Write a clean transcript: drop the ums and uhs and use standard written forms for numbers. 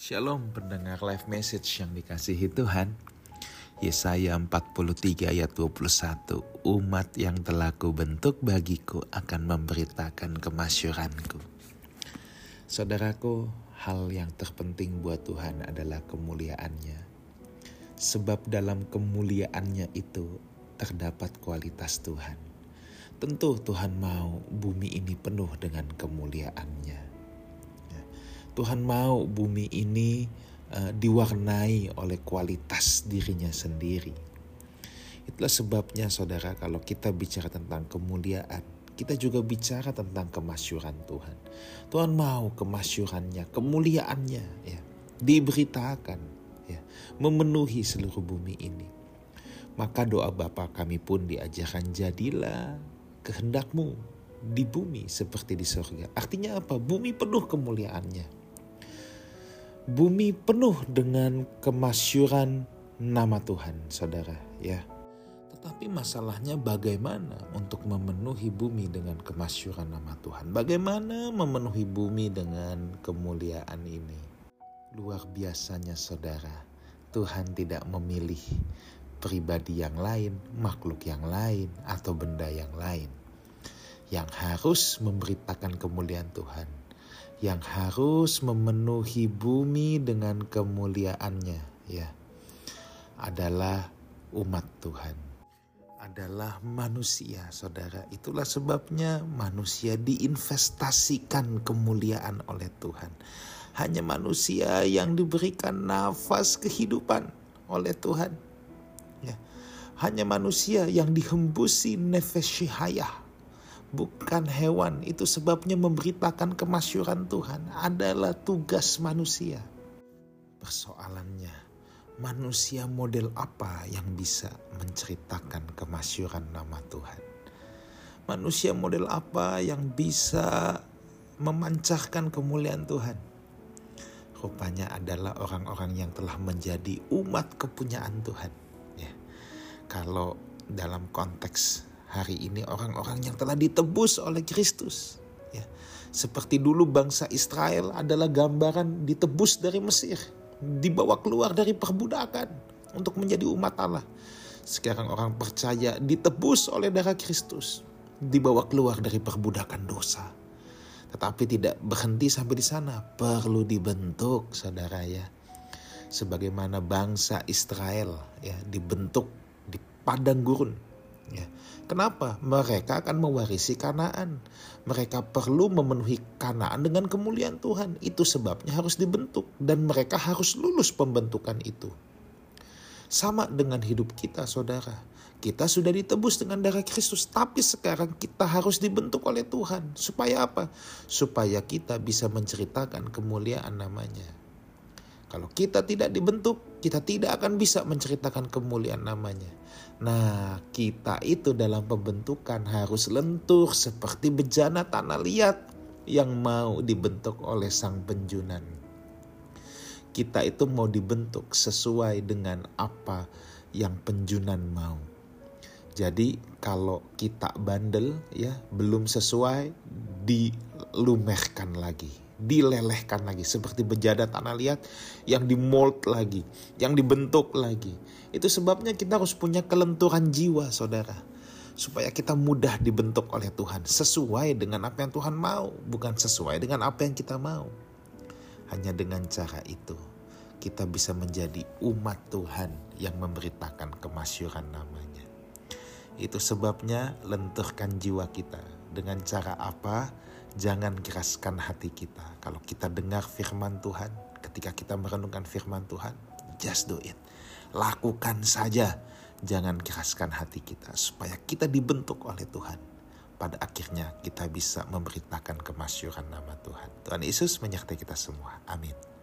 Shalom pendengar live message yang dikasihi Tuhan. Yesaya 43 ayat 21. Umat yang telah kubentuk bagiku akan memberitakan kemasyuranku. Saudaraku, hal yang terpenting buat Tuhan adalah kemuliaannya. Sebab dalam kemuliaannya itu terdapat kualitas Tuhan. Tentu Tuhan mau bumi ini penuh dengan kemuliaannya. Tuhan mau bumi ini diwarnai oleh kualitas dirinya sendiri. Itulah sebabnya saudara, kalau kita bicara tentang kemuliaan, kita juga bicara tentang kemasyuran Tuhan. Tuhan mau kemasyurannya, kemuliaannya ya, diberitakan ya, memenuhi seluruh bumi ini. Maka doa Bapa kami pun diajarkan, jadilah kehendakmu di bumi seperti di surga. Artinya apa? Bumi penuh kemuliaannya. Bumi penuh dengan kemasyuran nama Tuhan, saudara ya. Tetapi masalahnya bagaimana untuk memenuhi bumi dengan kemasyuran nama Tuhan? Bagaimana memenuhi bumi dengan kemuliaan ini? Luar biasanya saudara, Tuhan tidak memilih pribadi yang lain, makhluk yang lain, atau benda yang lain yang harus memberitakan kemuliaan Tuhan, yang harus memenuhi bumi dengan kemuliaannya ya, adalah umat Tuhan, adalah manusia saudara. Itulah sebabnya manusia diinvestasikan kemuliaan oleh Tuhan. Hanya manusia yang diberikan nafas kehidupan oleh Tuhan ya. Hanya manusia yang dihembusi nefes syihayah, bukan hewan. Itu sebabnya memberitakan kemasyuran Tuhan adalah tugas manusia. Persoalannya, manusia model apa yang bisa menceritakan kemasyuran nama Tuhan? Manusia model apa yang bisa memancarkan kemuliaan Tuhan? Rupanya adalah orang-orang yang telah menjadi umat kepunyaan Tuhan ya. Kalau dalam konteks hari ini, orang-orang yang telah ditebus oleh Kristus ya. Seperti dulu bangsa Israel adalah gambaran ditebus dari Mesir, dibawa keluar dari perbudakan untuk menjadi umat Allah. Sekarang orang percaya ditebus oleh darah Kristus, dibawa keluar dari perbudakan dosa. Tetapi tidak berhenti sampai di sana, perlu dibentuk saudara ya. Sebagaimana bangsa Israel ya dibentuk di padang gurun. Ya. Kenapa? Mereka akan mewarisi Kanaan. Mereka perlu memenuhi Kanaan dengan kemuliaan Tuhan. Itu sebabnya harus dibentuk. Dan mereka harus lulus pembentukan itu. Sama dengan hidup kita saudara. Kita sudah ditebus dengan darah Kristus. Tapi sekarang kita harus dibentuk oleh Tuhan. Supaya apa? Supaya kita bisa menceritakan kemuliaan namanya. Kalau kita tidak dibentuk, kita tidak akan bisa menceritakan kemuliaan namanya. Nah, kita itu dalam pembentukan harus lentur seperti bejana tanah liat yang mau dibentuk oleh sang penjunan. Kita itu mau dibentuk sesuai dengan apa yang penjunan mau. Jadi kalau kita bandel ya, belum sesuai, dilumehkan lagi, dilelehkan lagi seperti bejana tanah liat yang dimold lagi, yang dibentuk lagi. Itu sebabnya kita harus punya kelenturan jiwa saudara, supaya kita mudah dibentuk oleh Tuhan sesuai dengan apa yang Tuhan mau, bukan sesuai dengan apa yang kita mau. Hanya dengan cara itu kita bisa menjadi umat Tuhan yang memberitakan kemasyuran namanya. Itu sebabnya lenturkan jiwa kita. Dengan cara apa? Jangan keraskan hati kita. Kalau kita dengar firman Tuhan, ketika kita merenungkan firman Tuhan, just do it. Lakukan saja. Jangan keraskan hati kita, supaya kita dibentuk oleh Tuhan. Pada akhirnya kita bisa memberitakan kemasyuran nama Tuhan. Tuhan Yesus menyertai kita semua. Amin.